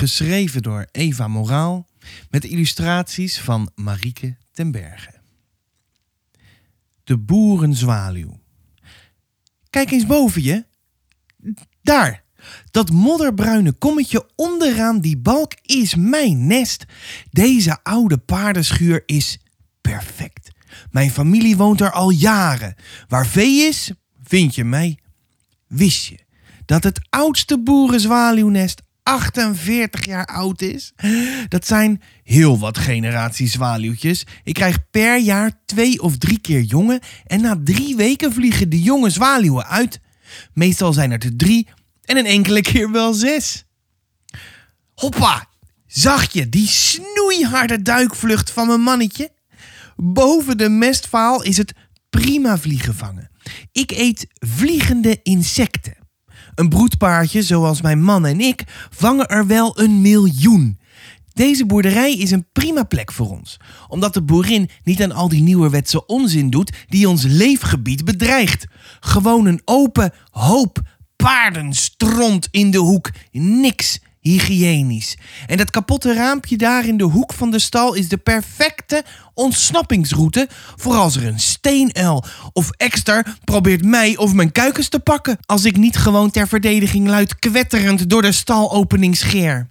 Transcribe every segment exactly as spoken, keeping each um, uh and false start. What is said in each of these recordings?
geschreven door Eva Moraal met illustraties van Marieke ten Berge. De boerenzwaluw. Kijk eens boven je. Daar. Dat modderbruine kommetje onderaan die balk is mijn nest. Deze oude paardenschuur is perfect. Mijn familie woont er al jaren. Waar vee is, vind je mij. Wist je dat het oudste boerenzwaluwnest achtenveertig jaar oud is? Dat zijn heel wat generaties zwaluwtjes. Ik krijg per jaar twee of drie keer jongen en na drie weken vliegen de jonge zwaluwen uit. Meestal zijn er er drie en een enkele keer wel zes. Hoppa, zag je die snoeiharde duikvlucht van mijn mannetje? Boven de mestvaal is het prima vliegen vangen. Ik eet vliegende insecten. Een broedpaardje zoals mijn man en ik vangen er wel een miljoen. Deze boerderij is een prima plek voor ons, omdat de boerin niet aan al die nieuwerwetse onzin doet die ons leefgebied bedreigt. Gewoon een open hoop paardenstront in de hoek, niks hygiënisch. En dat kapotte raampje daar in de hoek van de stal is de perfecte ontsnappingsroute voor als er een steenuil of ekster probeert mij of mijn kuikens te pakken, als ik niet gewoon ter verdediging luid kwetterend door de stalopening scheer.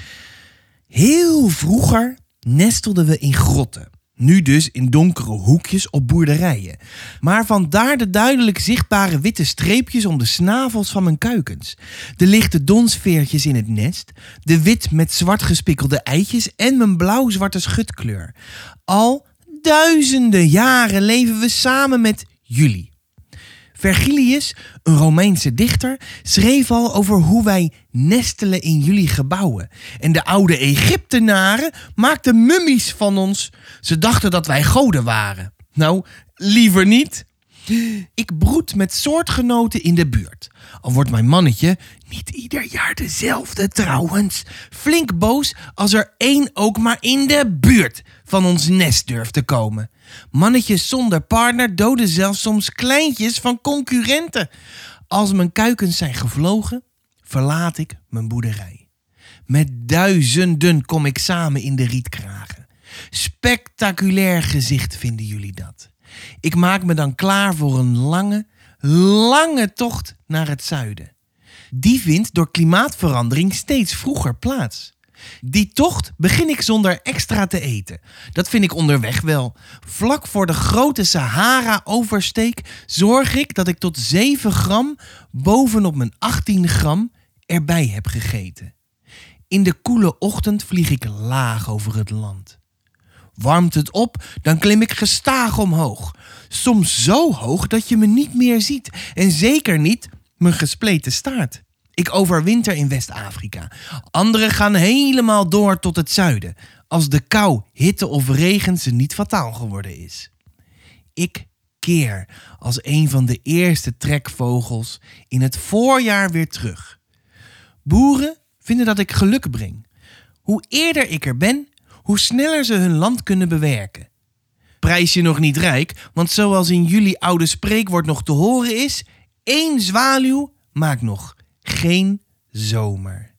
Heel vroeger nestelden we in grotten. Nu dus in donkere hoekjes op boerderijen. Maar vandaar de duidelijk zichtbare witte streepjes om de snavels van mijn kuikens. De lichte donsveertjes in het nest. De wit met zwart gespikkelde eitjes en mijn blauw-zwarte schutkleur. Al duizenden jaren leven we samen met jullie. Vergilius, een Romeinse dichter, schreef al over hoe wij nestelen in jullie gebouwen. En de oude Egyptenaren maakten mummies van ons. Ze dachten dat wij goden waren. Nou, liever niet. Ik broed met soortgenoten in de buurt. Al wordt mijn mannetje, niet ieder jaar dezelfde trouwens, flink boos als er één ook maar in de buurt van ons nest durft te komen. Mannetjes zonder partner doden zelfs soms kleintjes van concurrenten. Als mijn kuikens zijn gevlogen, verlaat ik mijn boerderij. Met duizenden kom ik samen in de rietkragen. Spectaculair gezicht vinden jullie dat. Ik maak me dan klaar voor een lange, lange tocht naar het zuiden. Die vindt door klimaatverandering steeds vroeger plaats. Die tocht begin ik zonder extra te eten. Dat vind ik onderweg wel. Vlak voor de grote Sahara-oversteek zorg ik dat ik tot zeven gram bovenop mijn achttien gram erbij heb gegeten. In de koele ochtend vlieg ik laag over het land. Warmt het op, dan klim ik gestaag omhoog. Soms zo hoog dat je me niet meer ziet. En zeker niet mijn gespleten staart. Ik overwinter in West-Afrika. Anderen gaan helemaal door tot het zuiden, als de kou, hitte of regen ze niet fataal geworden is. Ik keer als een van de eerste trekvogels in het voorjaar weer terug. Boeren vinden dat ik geluk breng. Hoe eerder ik er ben, hoe sneller ze hun land kunnen bewerken. Prijs je nog niet rijk, want zoals in jullie oude spreekwoord nog te horen is, één zwaluw maakt nog geen zomer.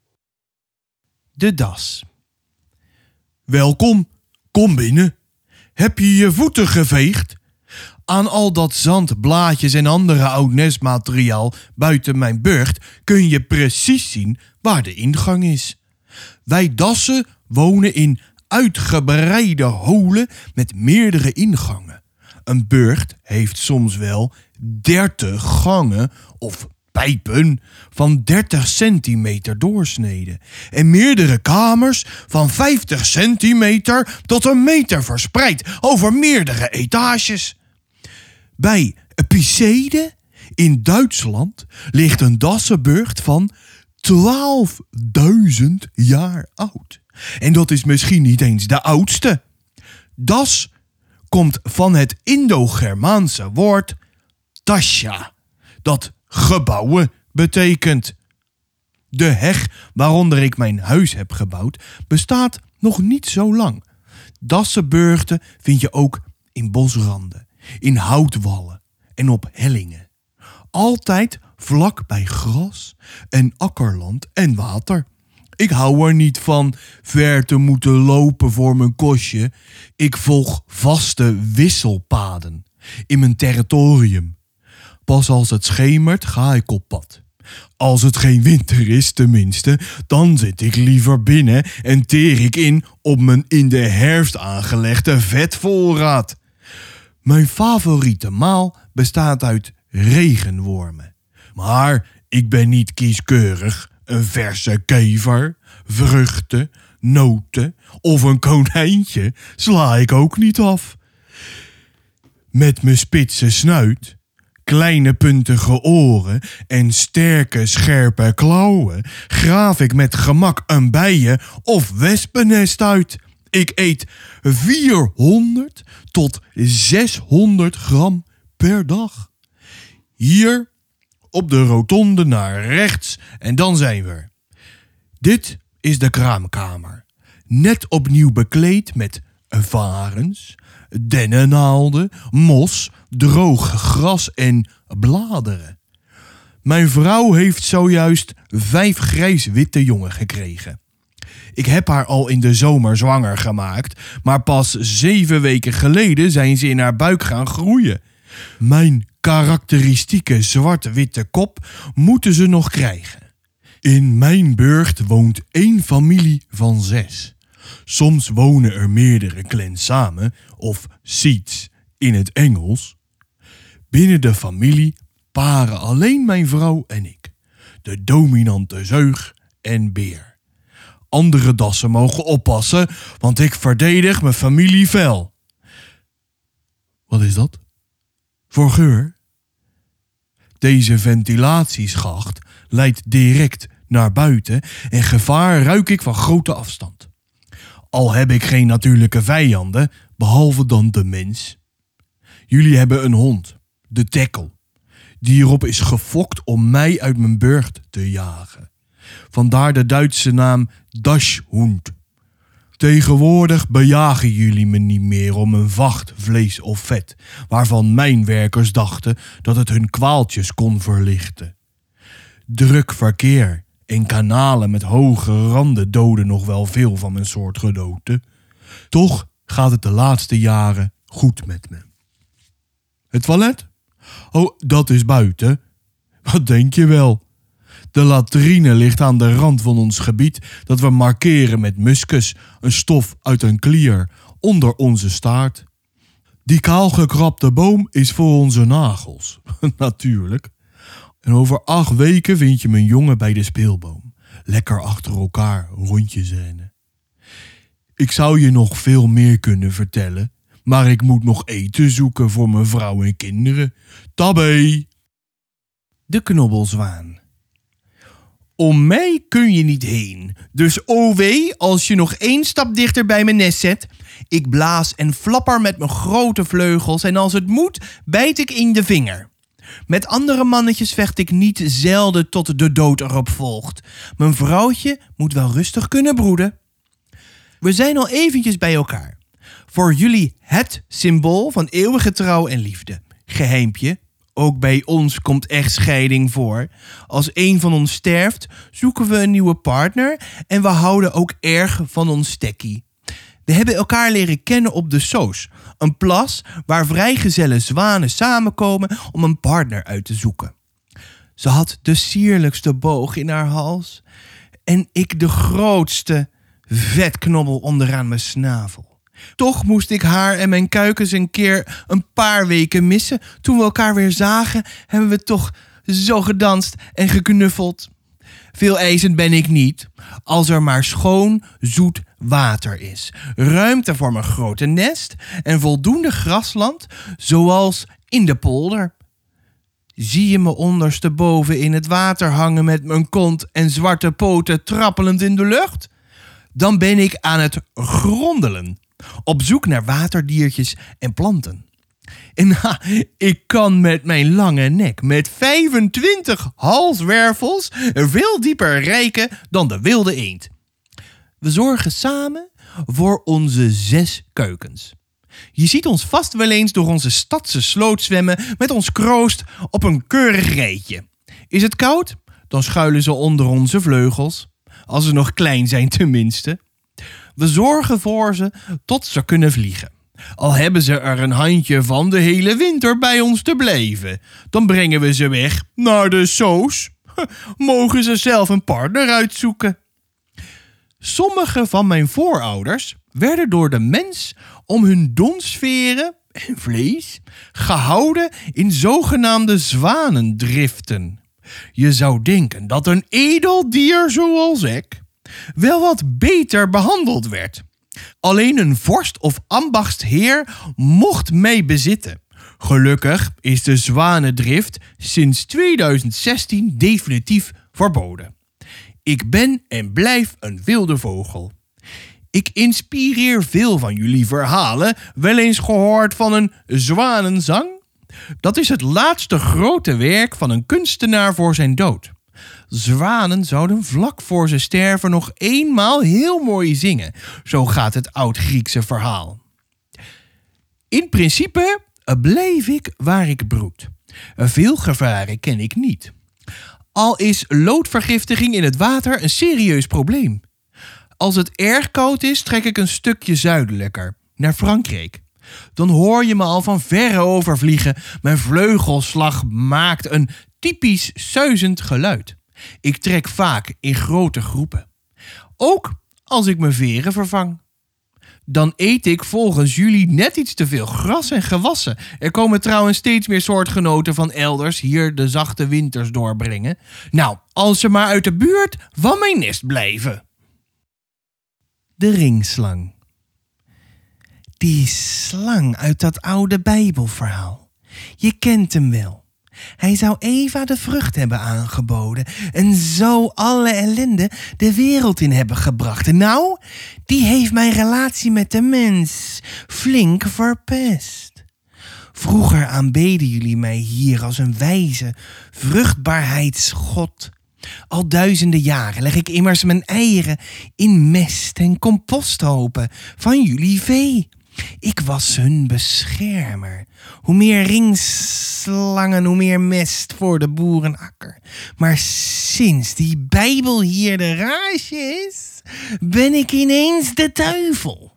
De das. Welkom, kom binnen. Heb je je voeten geveegd? Aan al dat zand, blaadjes en andere oud nestmateriaal buiten mijn burcht kun je precies zien waar de ingang is. Wij dassen wonen in uitgebreide holen met meerdere ingangen. Een burcht heeft soms wel dertig gangen of pijpen van dertig centimeter doorsnede en meerdere kamers van vijftig centimeter tot een meter verspreid over meerdere etages. Bij Pisede in Duitsland ligt een dassenburcht van twaalfduizend jaar oud. En dat is misschien niet eens de oudste. Das komt van het Indo-Germaanse woord tasja, dat gebouwen betekent. De heg waaronder ik mijn huis heb gebouwd bestaat nog niet zo lang. Dassenburgten vind je ook in bosranden, in houtwallen en op hellingen. Altijd vlak bij gras en akkerland en water. Ik hou er niet van ver te moeten lopen voor mijn kostje. Ik volg vaste wisselpaden in mijn territorium. Pas als het schemert ga ik op pad. Als het geen winter is tenminste, dan zit ik liever binnen en teer ik in op mijn in de herfst aangelegde vetvoorraad. Mijn favoriete maal bestaat uit regenwormen. Maar ik ben niet kieskeurig. Een verse kever, vruchten, noten of een konijntje sla ik ook niet af. Met mijn spitse snuit, kleine puntige oren en sterke scherpe klauwen graaf ik met gemak een bijen- of wespennest uit. Ik eet vierhonderd tot zeshonderd gram per dag. Hier op de rotonde naar rechts en dan zijn we er. Dit is de kraamkamer. Net opnieuw bekleed met varens, dennennaalden, mos, droog gras en bladeren. Mijn vrouw heeft zojuist vijf grijs-witte jongen gekregen. Ik heb haar al in de zomer zwanger gemaakt, maar pas zeven weken geleden zijn ze in haar buik gaan groeien. Mijn karakteristieke zwart-witte kop moeten ze nog krijgen. In mijn burcht woont één familie van zes. Soms wonen er meerdere clans samen, of seeds in het Engels. Binnen de familie paren alleen mijn vrouw en ik, de dominante zeug en beer. Andere dassen mogen oppassen, want ik verdedig mijn familie fel. Wat is dat? Voor geur? Deze ventilatieschacht leidt direct naar buiten en gevaar ruik ik van grote afstand. Al heb ik geen natuurlijke vijanden, behalve dan de mens. Jullie hebben een hond, de Tekkel, die erop is gefokt om mij uit mijn burcht te jagen. Vandaar de Duitse naam Dachshund. Tegenwoordig bejagen jullie me niet meer om een vacht vlees of vet, waarvan mijn werkers dachten dat het hun kwaaltjes kon verlichten. Druk verkeer en kanalen met hoge randen doden nog wel veel van mijn soortgenoten. Toch gaat het de laatste jaren goed met me. Het toilet? Oh, dat is buiten. Wat denk je wel? De latrine ligt aan de rand van ons gebied dat we markeren met muskus, een stof uit een klier, onder onze staart. Die kaalgekrapte boom is voor onze nagels, natuurlijk. En over acht weken vind je mijn jongen bij de speelboom. Lekker achter elkaar rondjes rennen. Ik zou je nog veel meer kunnen vertellen, maar ik moet nog eten zoeken voor mijn vrouw en kinderen. Tabé! De knobbelzwaan. Om mij kun je niet heen, dus o wee als je nog één stap dichter bij mijn nest zet. Ik blaas en flapper met mijn grote vleugels en als het moet, bijt ik in de vinger. Met andere mannetjes vecht ik niet zelden tot de dood erop volgt. Mijn vrouwtje moet wel rustig kunnen broeden. We zijn al eventjes bij elkaar. Voor jullie het symbool van eeuwige trouw en liefde. Geheimpje. Ook bij ons komt echtscheiding voor. Als een van ons sterft, zoeken we een nieuwe partner en we houden ook erg van ons stekkie. We hebben elkaar leren kennen op de Soos, een plas waar vrijgezelle zwanen samenkomen om een partner uit te zoeken. Ze had de sierlijkste boog in haar hals en ik de grootste vetknobbel onderaan mijn snavel. Toch moest ik haar en mijn kuikens een keer een paar weken missen. Toen we elkaar weer zagen, hebben we toch zo gedanst en geknuffeld. Veel eisend ben ik niet, als er maar schoon, zoet water is. Ruimte voor mijn grote nest en voldoende grasland, zoals in de polder. Zie je me ondersteboven in het water hangen met mijn kont en zwarte poten trappelend in de lucht? Dan ben ik aan het grondelen. Op zoek naar waterdiertjes en planten. En ha, ik kan met mijn lange nek met vijfentwintig halswervels veel dieper reiken dan de wilde eend. We zorgen samen voor onze zes keukens. Je ziet ons vast wel eens door onze stadse sloot zwemmen met ons kroost op een keurig rijtje. Is het koud? Dan schuilen ze onder onze vleugels. als ze nog klein zijn tenminste. We zorgen voor ze tot ze kunnen vliegen. Al hebben ze er een handje van de hele winter bij ons te blijven. Dan brengen we ze weg naar de soos. Mogen ze zelf een partner uitzoeken. Sommige van mijn voorouders werden door de mens om hun donsveren en vlees gehouden in zogenaamde zwanendriften. Je zou denken dat een edel dier zoals ik wel wat beter behandeld werd. Alleen een vorst of ambachtsheer mocht mij bezitten. Gelukkig is de zwanendrift sinds tweeduizend zestien definitief verboden. Ik ben en blijf een wilde vogel. Ik inspireer veel van jullie verhalen. Wel eens gehoord van een zwanenzang? Dat is het laatste grote werk van een kunstenaar voor zijn dood. Zwanen zouden vlak voor ze sterven nog eenmaal heel mooi zingen. Zo gaat het oud-Griekse verhaal. In principe blijf ik waar ik broed. Veel gevaren ken ik niet. Al is loodvergiftiging in het water een serieus probleem. Als het erg koud is, trek ik een stukje zuidelijker, naar Frankrijk. Dan hoor je me al van verre overvliegen. Mijn vleugelslag maakt een typisch suizend geluid. Ik trek vaak in grote groepen. Ook als ik mijn veren vervang. Dan eet ik volgens jullie net iets te veel gras en gewassen. Er komen trouwens steeds meer soortgenoten van elders hier de zachte winters doorbrengen. Nou, als ze maar uit de buurt van mijn nest blijven. De ringslang. Die slang uit dat oude Bijbelverhaal. Je kent hem wel. Hij zou Eva de vrucht hebben aangeboden en zo alle ellende de wereld in hebben gebracht. En nou, die heeft mijn relatie met de mens flink verpest. Vroeger aanbeden jullie mij hier als een wijze vruchtbaarheidsgod. Al duizenden jaren leg ik immers mijn eieren in mest en composthopen van jullie vee. Ik was hun beschermer. Hoe meer ringslangen, hoe meer mest voor de boerenakker. Maar sinds die Bijbel hier de rage is, ben ik ineens de duivel.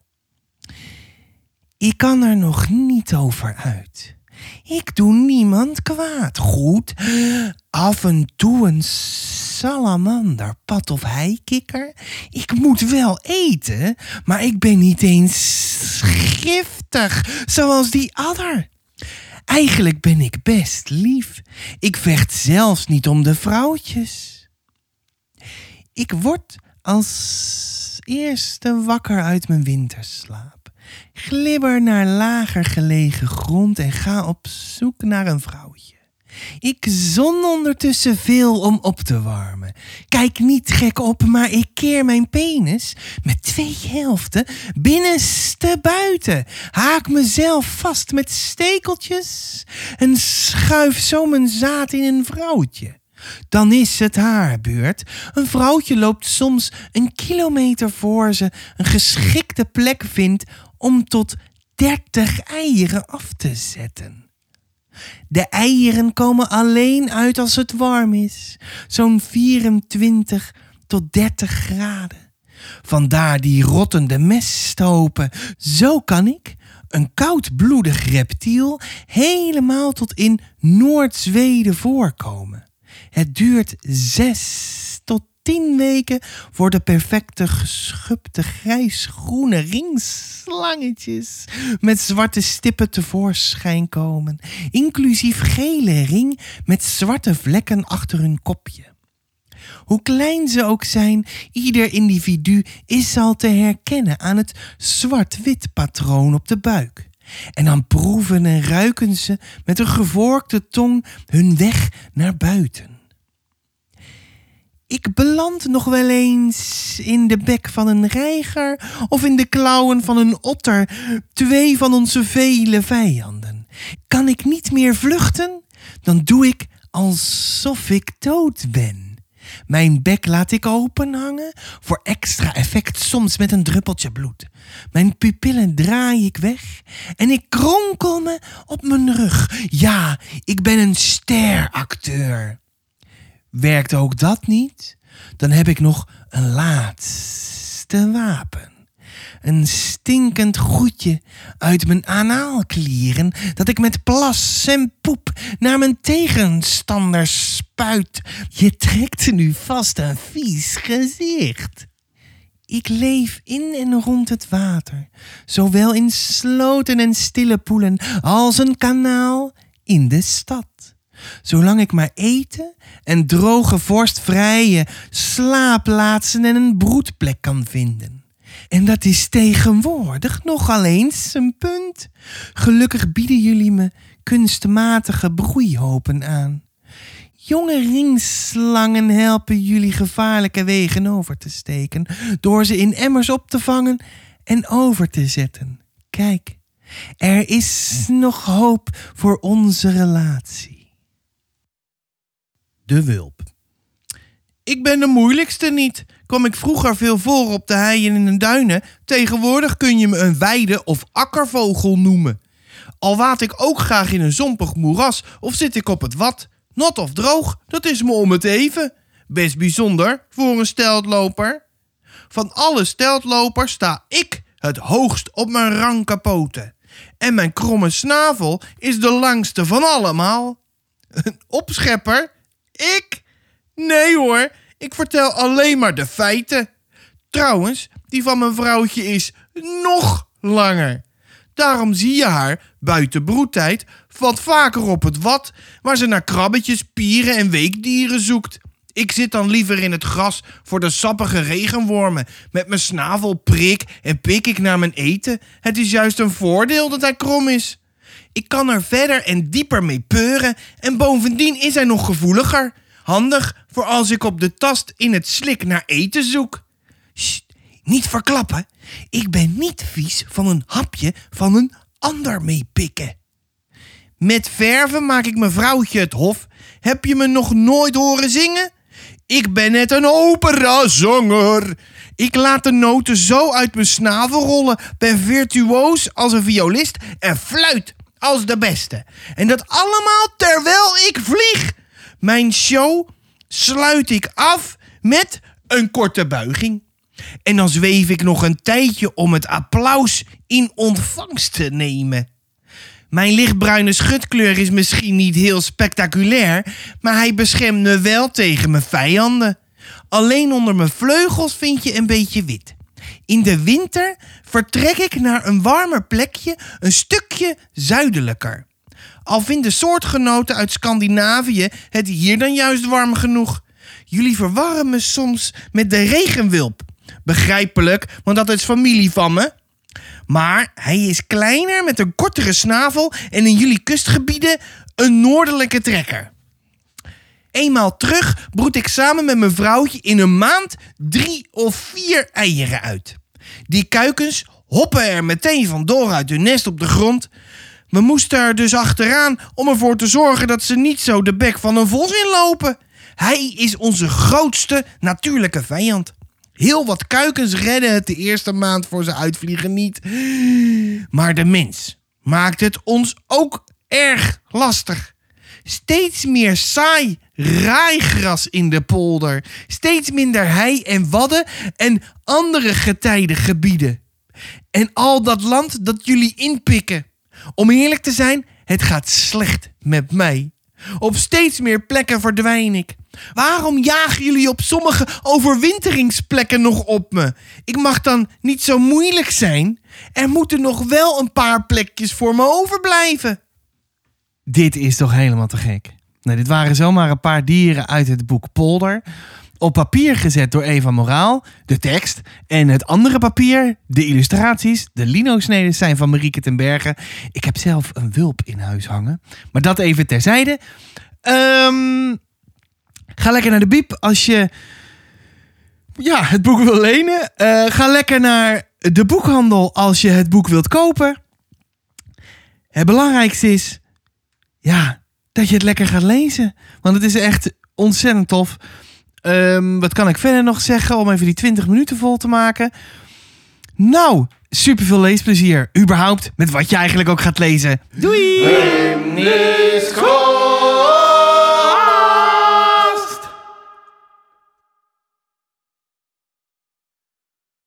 Ik kan er nog niet over uit. Ik doe niemand kwaad. Goed, af en toe een salamander, pad of heikikker. Ik moet wel eten, maar ik ben niet eens giftig, zoals die adder. Eigenlijk ben ik best lief. Ik vecht zelfs niet om de vrouwtjes. Ik word als eerste wakker uit mijn winterslaap. Glibber naar lager gelegen grond en ga op zoek naar een vrouwtje. Ik zon ondertussen veel om op te warmen. Kijk niet gek op, maar ik keer mijn penis met twee helften binnenste buiten. Haak mezelf vast met stekeltjes en schuif zo mijn zaad in een vrouwtje. Dan is het haar beurt. Een vrouwtje loopt soms een kilometer voor ze een geschikte plek vindt om tot dertig eieren af te zetten. De eieren komen alleen uit als het warm is, zo'n vierentwintig tot dertig graden. Vandaar die rottende mesthopen. Zo kan ik, een koudbloedig reptiel, helemaal tot in Noord-Zweden voorkomen. Het duurt zes tot tien weken voor de perfecte geschubde grijsgroene ringslangetjes met zwarte stippen tevoorschijn komen, inclusief gele ring met zwarte vlekken achter hun kopje. Hoe klein ze ook zijn, ieder individu is al te herkennen aan het zwart-wit patroon op de buik. En dan proeven en ruiken ze met een gevorkte tong hun weg naar buiten. Ik beland nog wel eens in de bek van een reiger of in de klauwen van een otter, twee van onze vele vijanden. Kan ik niet meer vluchten, dan doe ik alsof ik dood ben. Mijn bek laat ik openhangen, voor extra effect soms met een druppeltje bloed. Mijn pupillen draai ik weg en ik kronkel me op mijn rug. Ja, ik ben een steracteur. Werkt ook dat niet? Dan heb ik nog een laatste wapen. Een stinkend goedje uit mijn anaalklieren dat ik met plas en poep naar mijn tegenstanders spuit. Je trekt nu vast een vies gezicht. Ik leef in en rond het water, zowel in sloten en stille poelen als een kanaal in de stad. Zolang ik maar eten en droge vorstvrije slaapplaatsen en een broedplek kan vinden. En dat is tegenwoordig nogal eens een punt. Gelukkig bieden jullie me kunstmatige broeihopen aan. Jonge ringslangen helpen jullie gevaarlijke wegen over te steken, door ze in emmers op te vangen en over te zetten. Kijk, er is nog hoop voor onze relatie. De wulp. Ik ben de moeilijkste niet. Kwam ik vroeger veel voor op de heien en de duinen, tegenwoordig kun je me een weide- of akkervogel noemen. Al waad ik ook graag in een zompig moeras of zit ik op het wad. Nat of droog, dat is me om het even. Best bijzonder voor een steltloper. Van alle steltlopers sta ik het hoogst op mijn ranke poten. En mijn kromme snavel is de langste van allemaal. Een opschepper? Ik? Nee hoor, ik vertel alleen maar de feiten. Trouwens, die van mijn vrouwtje is nog langer. Daarom zie je haar buiten broedtijd wat vaker op het wad, waar ze naar krabbetjes, pieren en weekdieren zoekt. Ik zit dan liever in het gras voor de sappige regenwormen. Met mijn snavel prik en pik ik naar mijn eten. Het is juist een voordeel dat hij krom is. Ik kan er verder en dieper mee peuren en bovendien is hij nog gevoeliger. Handig voor als ik op de tast in het slik naar eten zoek. Sst, niet verklappen. Ik ben niet vies van een hapje van een ander meepikken. Met verven maak ik mijn vrouwtje het hof. Heb je me nog nooit horen zingen? Ik ben net een operazanger. Ik laat de noten zo uit mijn snavel rollen. Ben virtuoos als een violist en fluit als de beste. En dat allemaal terwijl ik vlieg. Mijn show sluit ik af met een korte buiging. En dan zweef ik nog een tijdje om het applaus in ontvangst te nemen. Mijn lichtbruine schutkleur is misschien niet heel spectaculair, maar hij beschermt me wel tegen mijn vijanden. Alleen onder mijn vleugels vind je een beetje wit. In de winter vertrek ik naar een warmer plekje, een stukje zuidelijker. Al vinden soortgenoten uit Scandinavië het hier dan juist warm genoeg. Jullie verwarren me soms met de regenwulp. Begrijpelijk, want dat is familie van me. Maar hij is kleiner met een kortere snavel en in jullie kustgebieden een noordelijke trekker. Eenmaal terug broed ik samen met mijn vrouwtje in een maand drie of vier eieren uit. Die kuikens hoppen er meteen vandoor uit hun nest op de grond. We moesten er dus achteraan om ervoor te zorgen dat ze niet zo de bek van een vos inlopen. Hij is onze grootste natuurlijke vijand. Heel wat kuikens redden het de eerste maand voor ze uitvliegen niet. Maar de mens maakt het ons ook erg lastig. Steeds meer saai raaigras in de polder. Steeds minder hei en wadden en andere getijdengebieden. En al dat land dat jullie inpikken. Om eerlijk te zijn, het gaat slecht met mij. Op steeds meer plekken verdwijn ik. Waarom jagen jullie op sommige overwinteringsplekken nog op me? Ik mag dan niet zo moeilijk zijn. Er moeten nog wel een paar plekjes voor me overblijven. Dit is toch helemaal te gek? Nee, dit waren zomaar een paar dieren uit het boek Polder. Op papier gezet door Eva Moraal, de tekst. En het andere papier, de illustraties, de lino-sneden zijn van Marieke ten Berge. Ik heb zelf een wulp in huis hangen. Maar dat even terzijde. Um, ga lekker naar de biep als je ja, het boek wil lenen. Uh, ga lekker naar de boekhandel als je het boek wilt kopen. Het belangrijkste is ja, dat je het lekker gaat lezen. Want het is echt ontzettend tof. Um, wat kan ik verder nog zeggen om even die twintig minuten vol te maken? Nou, superveel leesplezier. Überhaupt met wat je eigenlijk ook gaat lezen. Doei!